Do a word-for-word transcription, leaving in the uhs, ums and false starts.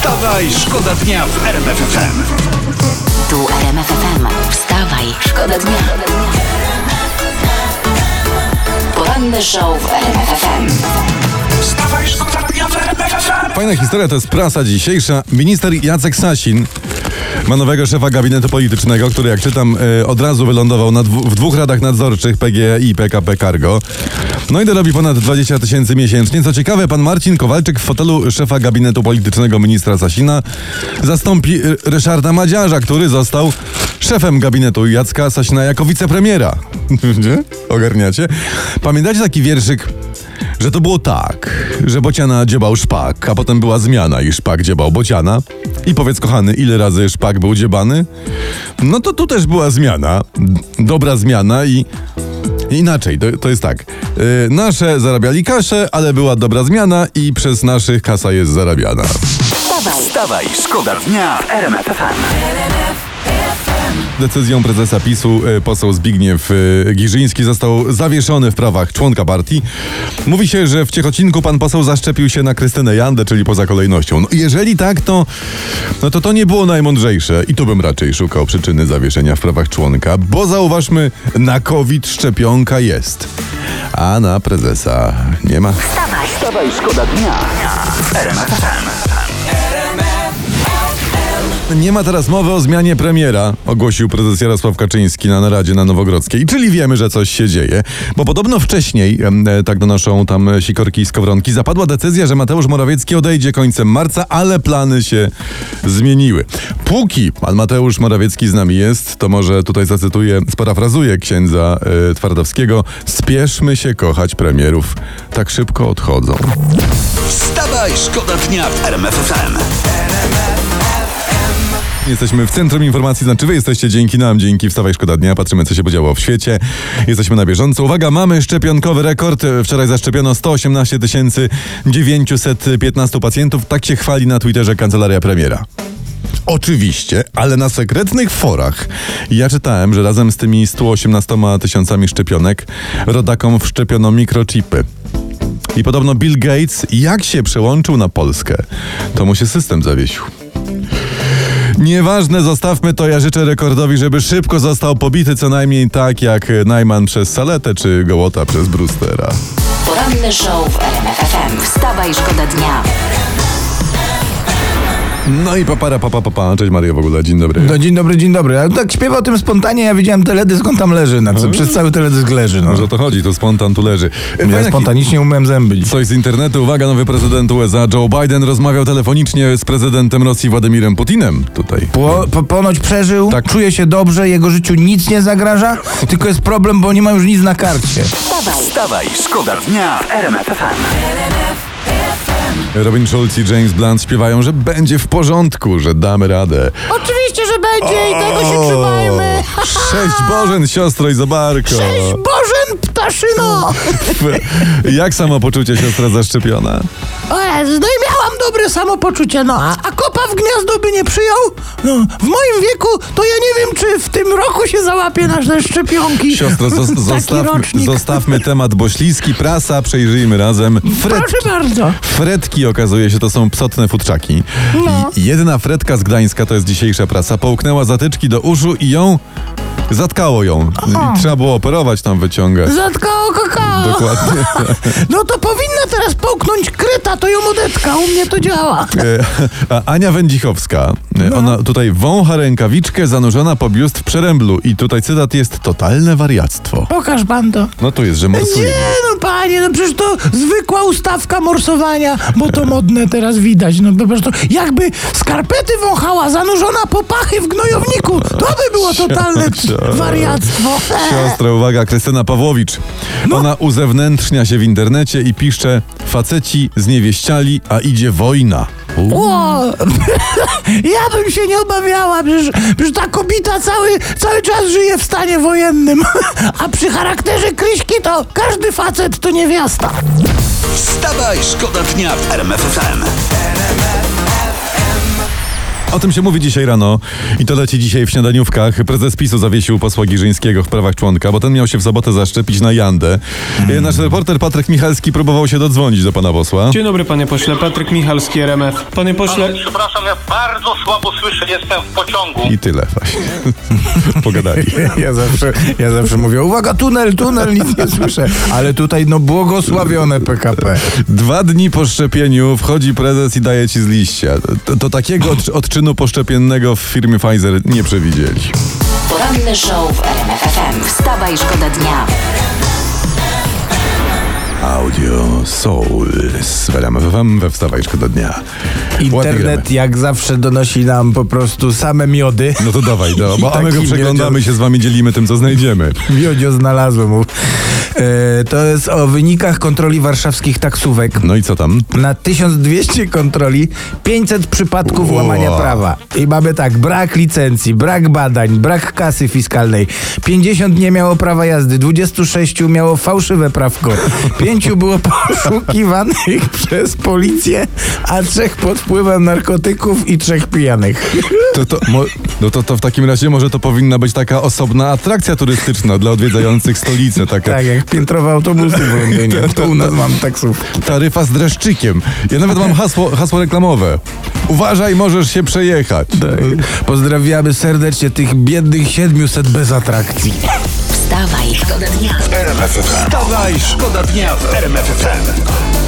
Wstawaj, szkoda dnia w R M F F M. Tu R M F F M. Wstawaj, szkoda dnia. Poranny show w R M F F M. Wstawaj, szkoda dnia w R M F F M. Fajna historia to jest prasa dzisiejsza. Minister Jacek Sasin ma nowego szefa gabinetu politycznego, który, jak czytam, yy, od razu wylądował na dwu, w dwóch radach nadzorczych P G E i P K P Cargo. No i dorobi ponad dwadzieścia tysięcy miesięcznie. Co ciekawe, pan Marcin Kowalczyk w fotelu szefa gabinetu politycznego ministra Sasina zastąpi y, Ryszarda Madziarza, który został szefem gabinetu Jacka Sasina jako wicepremiera. Gdzie? Ogarniacie? Pamiętacie taki wierszyk, że to było tak, że Bociana dziebał szpak, a potem była zmiana i szpak dziebał Bociana? I powiedz, kochany, ile razy szpak był dziebany? No to tu też była zmiana, dobra zmiana i inaczej, to, to jest tak. Yy, nasze zarabiali kaszę, ale była dobra zmiana i przez naszych kasa jest zarabiana. Wstawaj, Wstawaj, szkoda dnia w R M F F M. Decyzją prezesa PiSu y, poseł Zbigniew y, Giżyński został zawieszony w prawach członka partii. Mówi się, że w Ciechocinku pan poseł zaszczepił się na Krystynę Jandę, czyli poza kolejnością. No jeżeli tak, to no to to nie było najmądrzejsze i tu bym raczej szukał przyczyny zawieszenia w prawach członka, bo zauważmy, na COVID szczepionka jest, a na prezesa nie ma. wstawaj, Wstawaj, szkoda dnia w R M F F M. Nie ma teraz mowy o zmianie premiera, ogłosił prezes Jarosław Kaczyński na naradzie na Nowogrodzkiej. Czyli wiemy, że coś się dzieje, bo podobno wcześniej, e, tak donoszą tam sikorki i skowronki, zapadła decyzja, że Mateusz Morawiecki odejdzie końcem marca, ale plany się zmieniły. Póki pan Mateusz Morawiecki z nami jest, to może tutaj zacytuję, sparafrazuję księdza e, Twardowskiego: spieszmy się kochać premierów, tak szybko odchodzą. Wstawaj, szkoda dnia w R M F F M. Jesteśmy w Centrum Informacji, znaczy wy jesteście dzięki nam, dzięki Wstawaj Szkoda Dnia. Patrzymy, co się podziało w świecie. Jesteśmy na bieżąco. Uwaga, mamy szczepionkowy rekord. Wczoraj zaszczepiono sto osiemnaście tysięcy dziewięćset piętnaście pacjentów. Tak się chwali na Twitterze kancelaria premiera. Oczywiście, ale na sekretnych forach ja czytałem, że razem z tymi stu osiemnastoma tysiącami szczepionek rodakom wszczepiono mikrochipy. I podobno Bill Gates, jak się przełączył na Polskę, to mu się system zawiesił. Nieważne, zostawmy to. Ja życzę rekordowi, żeby szybko został pobity, co najmniej tak jak Najman przez Saletę, czy Gołota przez Brewstera. poranny show w R M F F M. Wstawaj, szkoda dnia. No i papara, papa, papa. Cześć Maria w ogóle, dzień dobry. No, dzień dobry, dzień dobry. Ale tak śpiewa o tym spontanie, ja widziałem teledysk, on tam leży, na co, Hmm? przez cały teledysk leży. No. Może o to chodzi, to spontan tu leży. Ja Fajna spontanicznie umyłem zęby. Coś z internetu. Uwaga, nowy prezydent U S A Joe Biden rozmawiał telefonicznie z prezydentem Rosji Władimirem Putinem. Tutaj. Po, po, ponoć przeżył, Tak. czuje się dobrze, jego życiu nic nie zagraża, tylko jest problem, bo nie ma już nic na karcie. Wstawaj, Wstawaj, szkoda dnia w R M F F M. Robin Schulz i James Blunt śpiewają, że będzie w porządku, że damy radę. Oczywiście, że będzie i tego się trzymajmy. Sześć Bożen, siostro Izobarko. Cześć Bożen, ptaszyno! Jak samopoczucie siostra zaszczepiona? O Jezu, no i miałam dobre samopoczucie, no. A, a kopa w gniazdo by nie przyjął? No, w moim wieku to ja nie wiem, czy w tym roku się załapie nasze szczepionki. Siostro, zos- Taki zostawmy, rocznik. zostawmy temat, bo śliski, prasa, przejrzyjmy razem. Fretki. Proszę bardzo. Fretki, okazuje się, to są psotne futrzaki. No. I jedna fretka z Gdańska, to jest dzisiejsza prasa, połknęła zatyczki do uszu i ją... zatkało ją. I trzeba było operować, tam wyciągać. Zatkało kakao. Dokładnie. No to powinna teraz połknąć kryta, to ją odetka, u mnie to działa. E, A Ania Wędzichowska, e, ona tutaj wącha rękawiczkę zanurzona po biust w przeręblu i tutaj cytat jest: totalne wariactwo. Pokaż pan to. No tu jest, że morsuje. Nie no panie, no przecież to zwykła ustawka morsowania, bo to modne teraz widać. No po prostu jakby skarpety wąchała zanurzona po pachy w gnojowniku, to by było totalne wariactwo. Siostra, uwaga, Krystyna Pawłowicz. Ona uzewnętrznia się w internecie i pisze: faceci zniewieściali, a idzie wojna. U. O, ja bym się nie obawiała, przecież, przecież ta kobieta cały, cały czas żyje w stanie wojennym, a przy charakterze Kryśki to każdy facet to niewiasta. Wstawaj, szkoda dnia w R M F F M. O tym się mówi dzisiaj rano i to leci dzisiaj w śniadaniówkach. Prezes PiSu zawiesił posła Giżyńskiego w prawach członka, bo ten miał się w sobotę zaszczepić na Jandę. Mm. Nasz reporter Patryk Michalski próbował się dodzwonić do pana posła. Dzień dobry, panie pośle. Patryk Michalski, R M F. Panie pośle... Panu, przepraszam, ja bardzo słabo słyszę, jestem w pociągu. I tyle właśnie. Pogadali. Ja zawsze, ja zawsze mówię, uwaga, tunel, tunel, nic nie słyszę. Ale tutaj, no, błogosławione P K P. Dwa dni po szczepieniu wchodzi prezes i daje ci z liścia. To, to takiego od, odczynu poszczepiennego w firmie Pfizer nie przewidzieli. Poranny show w R M F F M. Wstawaj, szkoda dnia. Audio Soul z R M F F M we Wstawaj, szkoda dnia. Internet jak zawsze donosi nam po prostu same miody. No to dawaj, no, I bo a my go taki przeglądamy miodzio- się z wami, dzielimy tym, co znajdziemy. Miodzio znalazłem. E, to jest o wynikach kontroli warszawskich taksówek. No i co tam? Na tysiąc dwieście kontroli pięćset przypadków Wow. łamania prawa. I mamy tak, brak licencji, brak badań, brak kasy fiskalnej. pięćdziesiąt nie miało prawa jazdy, dwadzieścia sześć miało fałszywe prawko. Pięciu było poszukiwanych przez policję, a trzech pod wpływem narkotyków i trzech pijanych. To, to, mo, no to, to w takim razie może to powinna być taka osobna atrakcja turystyczna dla odwiedzających stolicę. Taka Tak, jak piętrowe autobusy w Londynie. To u nas mam taksówki. taryfa z dreszczykiem. Ja nawet mam hasło, hasło reklamowe. Uważaj, możesz się przejechać. Pozdrawiamy serdecznie tych biednych siedmiuset bez atrakcji. Wstawaj, szkoda dnia. Wstawaj, szkoda dnia w R M F F M.